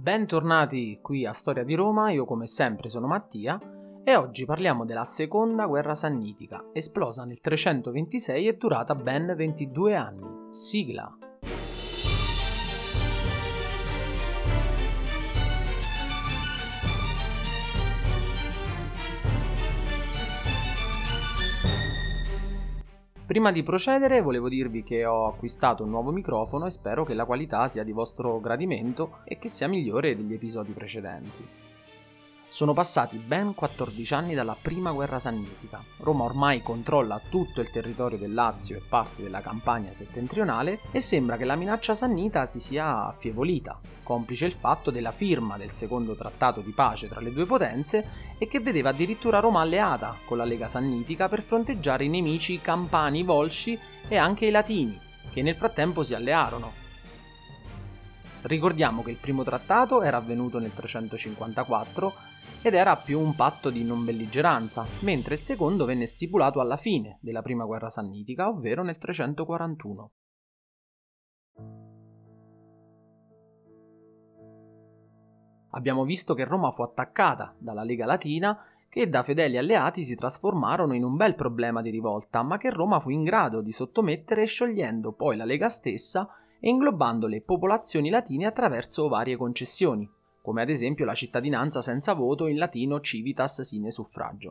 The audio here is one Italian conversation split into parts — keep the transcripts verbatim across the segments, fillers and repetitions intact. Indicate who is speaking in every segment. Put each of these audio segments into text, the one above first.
Speaker 1: Bentornati qui a Storia di Roma, io come sempre sono Mattia e oggi parliamo della seconda guerra sannitica, esplosa nel trecentoventisei e durata ben ventidue anni. Sigla! Prima di procedere volevo dirvi che ho acquistato un nuovo microfono e spero che la qualità sia di vostro gradimento e che sia migliore degli episodi precedenti. Sono passati ben quattordici anni dalla prima guerra sannitica. Roma ormai controlla tutto il territorio del Lazio e parte della Campania settentrionale e sembra che la minaccia sannita si sia affievolita, complice il fatto della firma del secondo trattato di pace tra le due potenze e che vedeva addirittura Roma alleata con la Lega Sannitica per fronteggiare i nemici campani, volsci e anche i latini, che nel frattempo si allearono. Ricordiamo che il primo trattato era avvenuto nel trecentocinquantaquattro ed era più un patto di non belligeranza, mentre il secondo venne stipulato alla fine della prima guerra sannitica, ovvero nel trecentoquarantuno. Abbiamo visto che Roma fu attaccata dalla Lega Latina, che da fedeli alleati si trasformarono in un bel problema di rivolta, ma che Roma fu in grado di sottomettere sciogliendo poi la Lega stessa e inglobando le popolazioni latine attraverso varie concessioni, come ad esempio la cittadinanza senza voto, in latino civitas sine suffragio.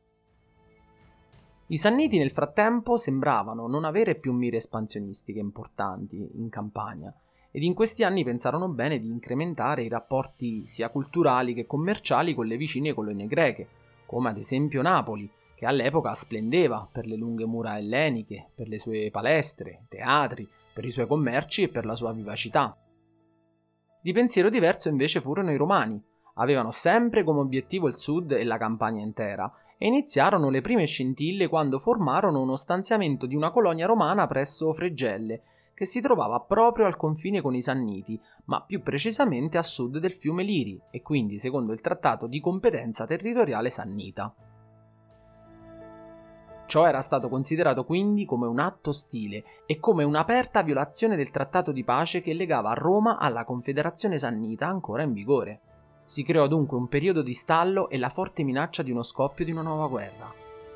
Speaker 1: I Sanniti nel frattempo sembravano non avere più mire espansionistiche importanti in Campania, ed in questi anni pensarono bene di incrementare i rapporti sia culturali che commerciali con le vicine colonie greche, come ad esempio Napoli, che all'epoca splendeva per le lunghe mura elleniche, per le sue palestre, teatri, per i suoi commerci e per la sua vivacità. Di pensiero diverso invece furono i Romani. Avevano sempre come obiettivo il sud e la Campania intera, e iniziarono le prime scintille quando formarono uno stanziamento di una colonia romana presso Fregelle, che si trovava proprio al confine con i Sanniti, ma più precisamente a sud del fiume Liri, e quindi secondo il trattato di competenza territoriale sannita. Ciò era stato considerato quindi come un atto ostile e come un'aperta violazione del trattato di pace che legava Roma alla Confederazione Sannita ancora in vigore. Si creò dunque un periodo di stallo e la forte minaccia di uno scoppio di una nuova guerra.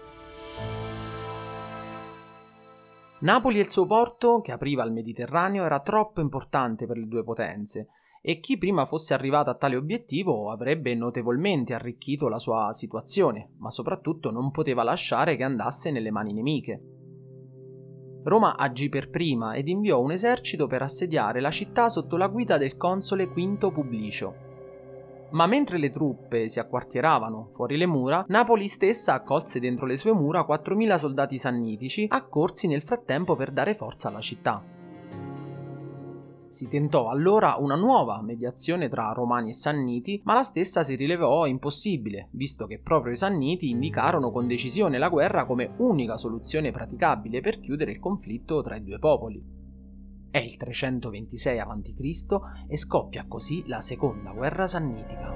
Speaker 1: Napoli e il suo porto, che apriva al Mediterraneo, era troppo importante per le due potenze, e chi prima fosse arrivato a tale obiettivo avrebbe notevolmente arricchito la sua situazione, ma soprattutto non poteva lasciare che andasse nelle mani nemiche. Roma agì per prima ed inviò un esercito per assediare la città sotto la guida del console Quinto Publicio. Ma mentre le truppe si acquartieravano fuori le mura, Napoli stessa accolse dentro le sue mura quattromila soldati sannitici accorsi nel frattempo per dare forza alla città. Si tentò allora una nuova mediazione tra Romani e Sanniti, ma la stessa si rilevò impossibile, visto che proprio i Sanniti indicarono con decisione la guerra come unica soluzione praticabile per chiudere il conflitto tra i due popoli. È il trecentoventisei avanti Cristo e scoppia così la seconda guerra sannitica.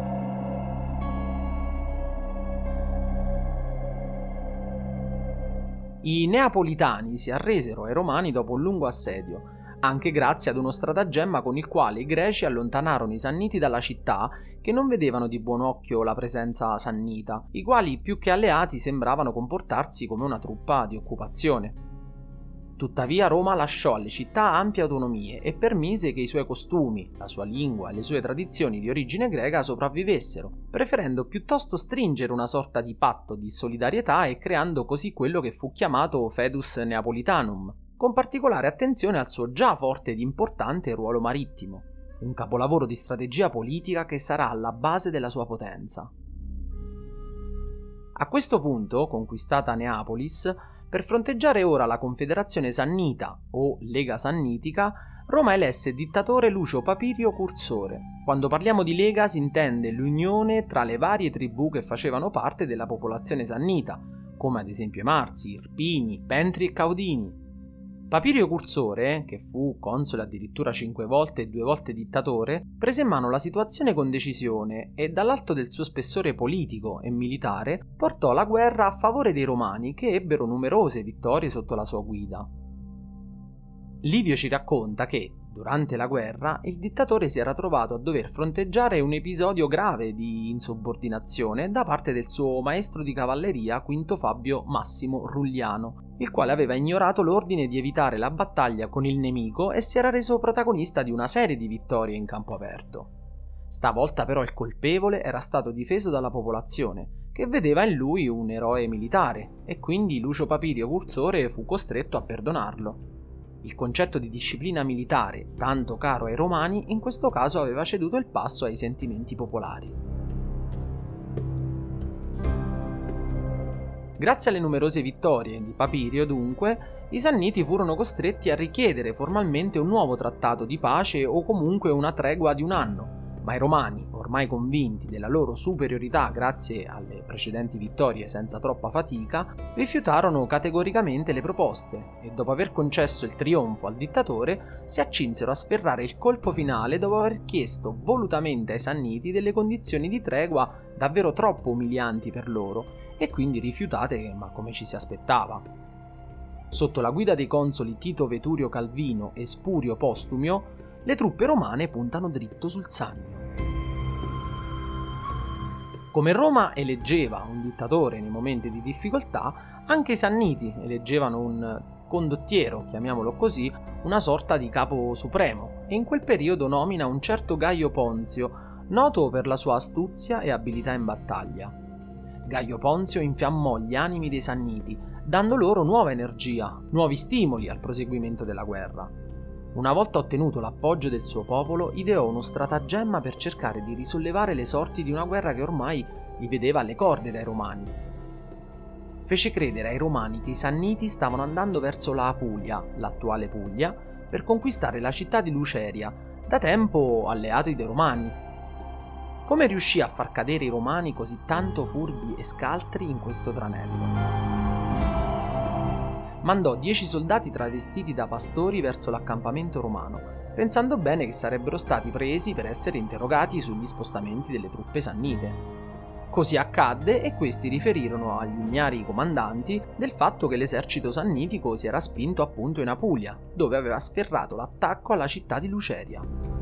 Speaker 1: I neapolitani si arresero ai Romani dopo un lungo assedio, anche grazie ad uno stratagemma con il quale i greci allontanarono i Sanniti dalla città, che non vedevano di buon occhio la presenza sannita, i quali più che alleati sembravano comportarsi come una truppa di occupazione. Tuttavia Roma lasciò alle città ampie autonomie e permise che i suoi costumi, la sua lingua e le sue tradizioni di origine greca sopravvivessero, preferendo piuttosto stringere una sorta di patto di solidarietà e creando così quello che fu chiamato Fedus Neapolitanum, con particolare attenzione al suo già forte ed importante ruolo marittimo, un capolavoro di strategia politica che sarà alla base della sua potenza. A questo punto, conquistata Neapolis, per fronteggiare ora la Confederazione Sannita o Lega Sannitica, Roma elesse dittatore Lucio Papirio Cursore. Quando parliamo di Lega si intende l'unione tra le varie tribù che facevano parte della popolazione sannita, come ad esempio i Marsi, Irpini, Pentri e Caudini. Papirio Cursore, che fu console addirittura cinque volte e due volte dittatore, prese in mano la situazione con decisione e, dall'alto del suo spessore politico e militare, portò la guerra a favore dei Romani, che ebbero numerose vittorie sotto la sua guida. Livio ci racconta che, Durante la guerra, il dittatore si era trovato a dover fronteggiare un episodio grave di insubordinazione da parte del suo maestro di cavalleria Quinto Fabio Massimo Rulliano, il quale aveva ignorato l'ordine di evitare la battaglia con il nemico e si era reso protagonista di una serie di vittorie in campo aperto. Stavolta però il colpevole era stato difeso dalla popolazione, che vedeva in lui un eroe militare, e quindi Lucio Papirio Cursore fu costretto a perdonarlo. Il concetto di disciplina militare, tanto caro ai romani, in questo caso aveva ceduto il passo ai sentimenti popolari. Grazie alle numerose vittorie di Papirio, dunque, i Sanniti furono costretti a richiedere formalmente un nuovo trattato di pace o comunque una tregua di un anno, ma i romani, ormai convinti della loro superiorità grazie alle precedenti vittorie senza troppa fatica, rifiutarono categoricamente le proposte e dopo aver concesso il trionfo al dittatore si accinsero a sferrare il colpo finale dopo aver chiesto volutamente ai Sanniti delle condizioni di tregua davvero troppo umilianti per loro e quindi rifiutate ma come ci si aspettava. Sotto la guida dei consoli Tito Veturio Calvino e Spurio Postumio, le truppe romane puntano dritto sul Sannio. Come Roma eleggeva un dittatore nei momenti di difficoltà, anche i Sanniti eleggevano un condottiero, chiamiamolo così, una sorta di capo supremo, e in quel periodo nomina un certo Gaio Ponzio, noto per la sua astuzia e abilità in battaglia. Gaio Ponzio infiammò gli animi dei Sanniti, dando loro nuova energia, nuovi stimoli al proseguimento della guerra. Una volta ottenuto l'appoggio del suo popolo, ideò uno stratagemma per cercare di risollevare le sorti di una guerra che ormai li vedeva alle corde dai Romani. Fece credere ai Romani che i Sanniti stavano andando verso la Apulia, l'attuale Puglia, per conquistare la città di Luceria, da tempo alleati dei Romani. Come riuscì a far cadere i Romani così tanto furbi e scaltri in questo tranello? Mandò dieci soldati travestiti da pastori verso l'accampamento romano, pensando bene che sarebbero stati presi per essere interrogati sugli spostamenti delle truppe sannite. Così accadde e questi riferirono agli ignari comandanti del fatto che l'esercito sannitico si era spinto appunto in Apulia, dove aveva sferrato l'attacco alla città di Luceria.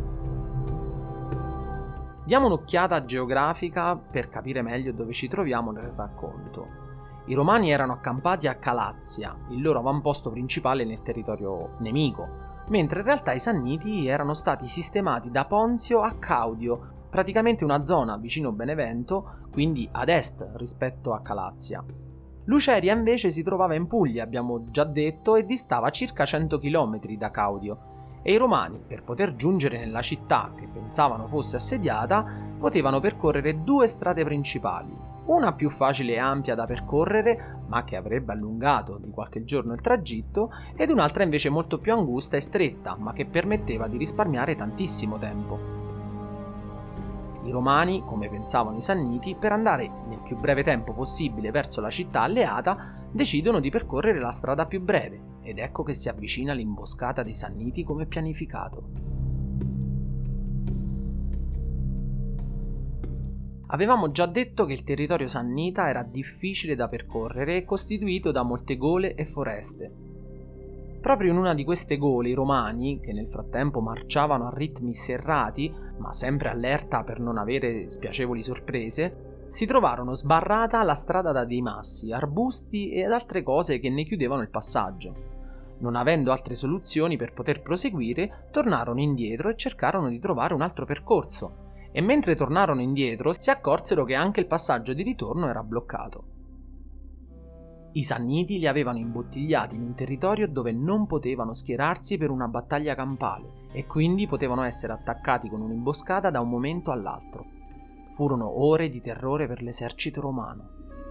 Speaker 1: Diamo un'occhiata geografica per capire meglio dove ci troviamo nel racconto. I Romani erano accampati a Calazia, il loro avamposto principale nel territorio nemico, mentre in realtà i Sanniti erano stati sistemati da Ponzio a Caudio, praticamente una zona vicino Benevento, quindi ad est rispetto a Calazia. Luceria invece si trovava in Puglia, abbiamo già detto, e distava circa cento chilometri da Caudio, e i Romani, per poter giungere nella città che pensavano fosse assediata, potevano percorrere due strade principali. Una più facile e ampia da percorrere, ma che avrebbe allungato di qualche giorno il tragitto, ed un'altra invece molto più angusta e stretta, ma che permetteva di risparmiare tantissimo tempo. I Romani, come pensavano i Sanniti, per andare nel più breve tempo possibile verso la città alleata, decidono di percorrere la strada più breve, ed ecco che si avvicina l'imboscata dei Sanniti come pianificato. Avevamo già detto che il territorio sannita era difficile da percorrere e costituito da molte gole e foreste. Proprio in una di queste gole i Romani, che nel frattempo marciavano a ritmi serrati, ma sempre allerta per non avere spiacevoli sorprese, si trovarono sbarrata la strada da dei massi, arbusti e ad altre cose che ne chiudevano il passaggio. Non avendo altre soluzioni per poter proseguire, tornarono indietro e cercarono di trovare un altro percorso. E mentre tornarono indietro si accorsero che anche il passaggio di ritorno era bloccato. I Sanniti li avevano imbottigliati in un territorio dove non potevano schierarsi per una battaglia campale e quindi potevano essere attaccati con un'imboscata da un momento all'altro. Furono ore di terrore per l'esercito romano.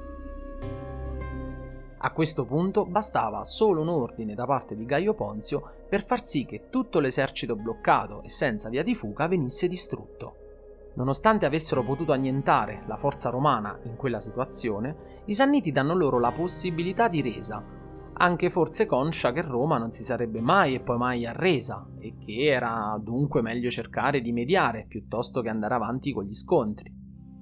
Speaker 1: A questo punto bastava solo un ordine da parte di Gaio Ponzio per far sì che tutto l'esercito bloccato e senza via di fuga venisse distrutto. Nonostante avessero potuto annientare la forza romana in quella situazione, i Sanniti danno loro la possibilità di resa, anche forse conscia che Roma non si sarebbe mai e poi mai arresa e che era dunque meglio cercare di mediare piuttosto che andare avanti con gli scontri.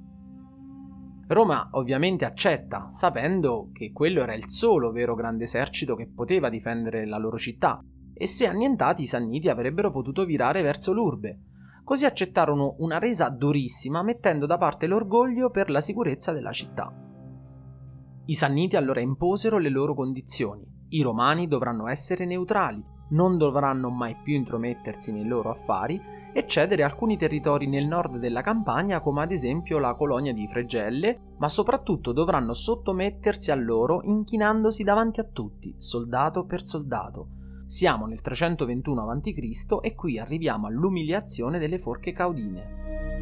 Speaker 1: Roma ovviamente accetta, sapendo che quello era il solo vero grande esercito che poteva difendere la loro città, e se annientati i Sanniti avrebbero potuto virare verso l'urbe. Così accettarono una resa durissima, mettendo da parte l'orgoglio per la sicurezza della città. I Sanniti allora imposero le loro condizioni. I Romani dovranno essere neutrali, non dovranno mai più intromettersi nei loro affari e cedere alcuni territori nel nord della Campania, come ad esempio la colonia di Fregelle, ma soprattutto dovranno sottomettersi a loro inchinandosi davanti a tutti, soldato per soldato. Siamo nel trecentoventuno avanti Cristo e qui arriviamo all'umiliazione delle Forche Caudine.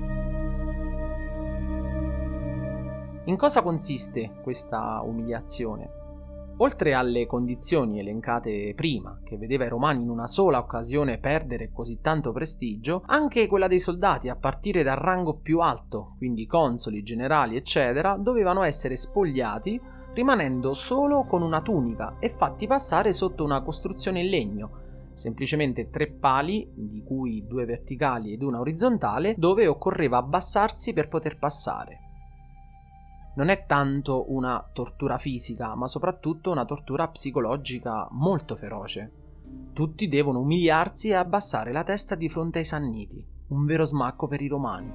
Speaker 1: In cosa consiste questa umiliazione? Oltre alle condizioni elencate prima, che vedeva i Romani in una sola occasione perdere così tanto prestigio, anche quella dei soldati a partire dal rango più alto, quindi consoli, generali, eccetera, dovevano essere spogliati, rimanendo solo con una tunica e fatti passare sotto una costruzione in legno, semplicemente tre pali, di cui due verticali ed una orizzontale, dove occorreva abbassarsi per poter passare. Non è tanto una tortura fisica, ma soprattutto una tortura psicologica molto feroce. Tutti devono umiliarsi e abbassare la testa di fronte ai Sanniti, un vero smacco per i Romani.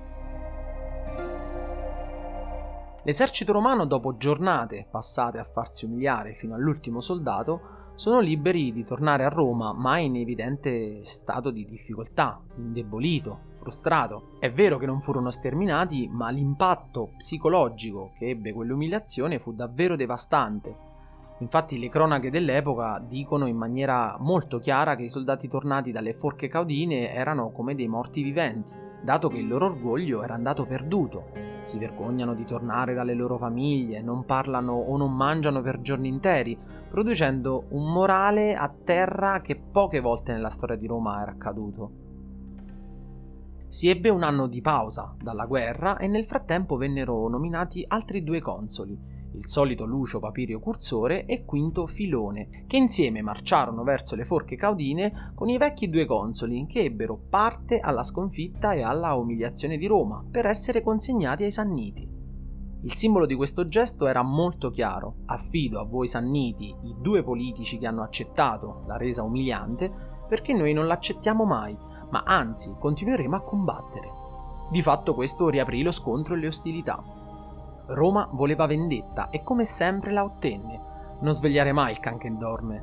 Speaker 1: L'esercito romano, dopo giornate passate a farsi umiliare fino all'ultimo soldato, sono liberi di tornare a Roma, ma in evidente stato di difficoltà, indebolito, frustrato. È vero che non furono sterminati, ma l'impatto psicologico che ebbe quell'umiliazione fu davvero devastante. Infatti le cronache dell'epoca dicono in maniera molto chiara che i soldati tornati dalle Forche Caudine erano come dei morti viventi, dato che il loro orgoglio era andato perduto. Si vergognano di tornare dalle loro famiglie, non parlano o non mangiano per giorni interi, producendo un morale a terra che poche volte nella storia di Roma era accaduto. Si ebbe un anno di pausa dalla guerra e nel frattempo vennero nominati altri due consoli, il solito Lucio Papirio Cursore e Quinto Filone, che insieme marciarono verso le Forche Caudine con i vecchi due consoli che ebbero parte alla sconfitta e alla umiliazione di Roma per essere consegnati ai Sanniti. Il simbolo di questo gesto era molto chiaro: affido a voi Sanniti i due politici che hanno accettato la resa umiliante, perché noi non l'accettiamo mai, ma anzi continueremo a combattere. Di fatto questo riaprì lo scontro e le ostilità. Roma voleva vendetta e come sempre la ottenne. Non svegliare mai il can che dorme.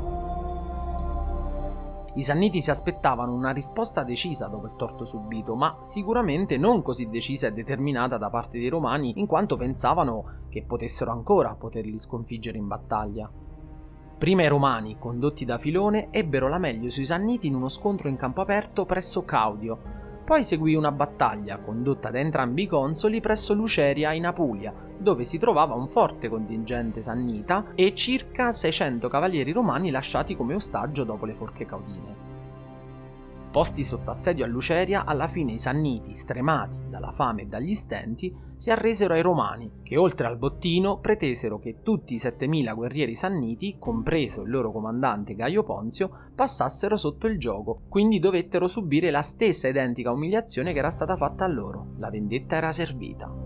Speaker 1: I Sanniti si aspettavano una risposta decisa dopo il torto subito, ma sicuramente non così decisa e determinata da parte dei Romani, in quanto pensavano che potessero ancora poterli sconfiggere in battaglia. Prima i Romani, condotti da Filone, ebbero la meglio sui Sanniti in uno scontro in campo aperto presso Caudio. Poi seguì una battaglia, condotta da entrambi i consoli, presso Luceria in Apulia, dove si trovava un forte contingente sannita e circa seicento cavalieri romani lasciati come ostaggio dopo le Forche Caudine. Posti sotto assedio a Luceria, alla fine i Sanniti, stremati dalla fame e dagli stenti, si arresero ai Romani, che oltre al bottino pretesero che tutti i settemila guerrieri sanniti, compreso il loro comandante Gaio Ponzio, passassero sotto il giogo, quindi dovettero subire la stessa identica umiliazione che era stata fatta a loro. La vendetta era servita.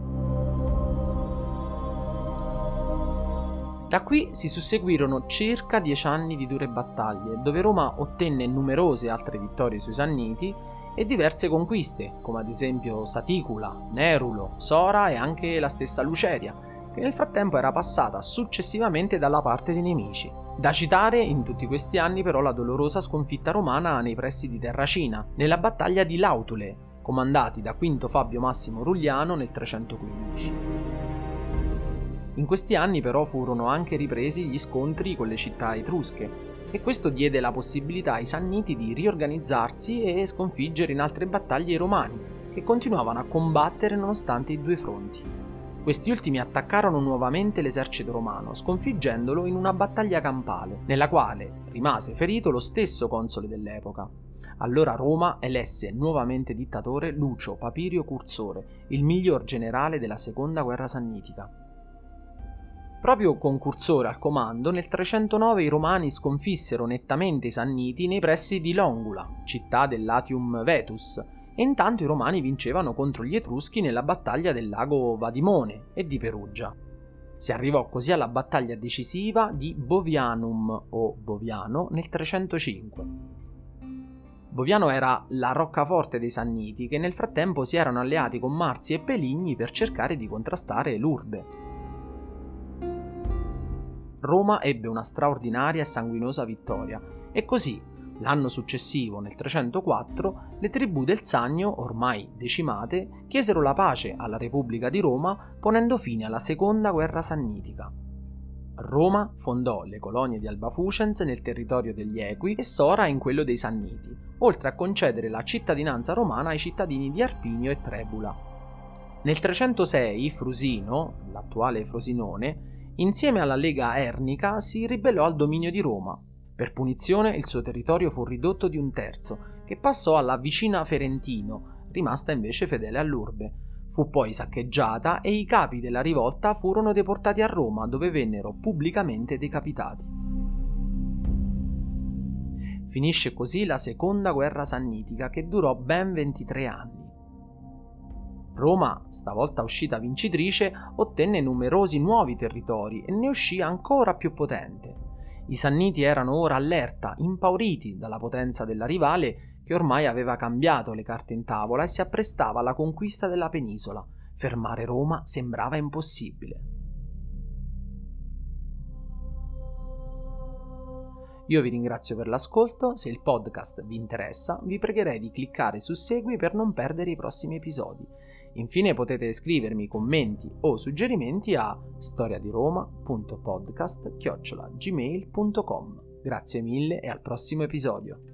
Speaker 1: Da qui si susseguirono circa dieci anni di dure battaglie, dove Roma ottenne numerose altre vittorie sui Sanniti e diverse conquiste, come ad esempio Saticula, Nerulo, Sora e anche la stessa Luceria, che nel frattempo era passata successivamente dalla parte dei nemici. Da citare in tutti questi anni però la dolorosa sconfitta romana nei pressi di Terracina, nella battaglia di Lautule, comandati da Quinto Fabio Massimo Rugliano nel trecentoquindici. In questi anni però furono anche ripresi gli scontri con le città etrusche e questo diede la possibilità ai Sanniti di riorganizzarsi e sconfiggere in altre battaglie i Romani, che continuavano a combattere nonostante i due fronti. Questi ultimi attaccarono nuovamente l'esercito romano, sconfiggendolo in una battaglia campale, nella quale rimase ferito lo stesso console dell'epoca. Allora Roma elesse nuovamente dittatore Lucio Papirio Cursore, il miglior generale della seconda guerra sannitica. Proprio con Cursore al comando, nel trecentonove i Romani sconfissero nettamente i Sanniti nei pressi di Longula, città del Latium Vetus, e intanto i Romani vincevano contro gli Etruschi nella battaglia del lago Vadimone e di Perugia. Si arrivò così alla battaglia decisiva di Bovianum o Boviano nel trecentocinque. Boviano era la roccaforte dei Sanniti, che nel frattempo si erano alleati con Marsi e Peligni per cercare di contrastare l'urbe. Roma ebbe una straordinaria e sanguinosa vittoria e così, l'anno successivo, nel trecentoquattro, le tribù del Sannio, ormai decimate, chiesero la pace alla Repubblica di Roma, ponendo fine alla seconda guerra sannitica. Roma fondò le colonie di Alba Fucens nel territorio degli Equi e Sora in quello dei Sanniti, oltre a concedere la cittadinanza romana ai cittadini di Arpinio e Trebula. Nel trecentosei Frusino, l'attuale Frosinone, insieme alla Lega Ernica si ribellò al dominio di Roma. Per punizione il suo territorio fu ridotto di un terzo, che passò alla vicina Ferentino, rimasta invece fedele all'urbe. Fu poi saccheggiata e i capi della rivolta furono deportati a Roma, dove vennero pubblicamente decapitati. Finisce così la seconda guerra sannitica, che durò ben ventitré anni. Roma, stavolta uscita vincitrice, ottenne numerosi nuovi territori e ne uscì ancora più potente. I Sanniti erano ora allerta, impauriti dalla potenza della rivale, che ormai aveva cambiato le carte in tavola e si apprestava alla conquista della penisola. Fermare Roma sembrava impossibile. Io vi ringrazio per l'ascolto, se il podcast vi interessa vi pregherei di cliccare su Segui per non perdere i prossimi episodi. Infine potete scrivermi commenti o suggerimenti a storiadiroma punto podcast chiocciola gmail punto com. Grazie mille e al prossimo episodio.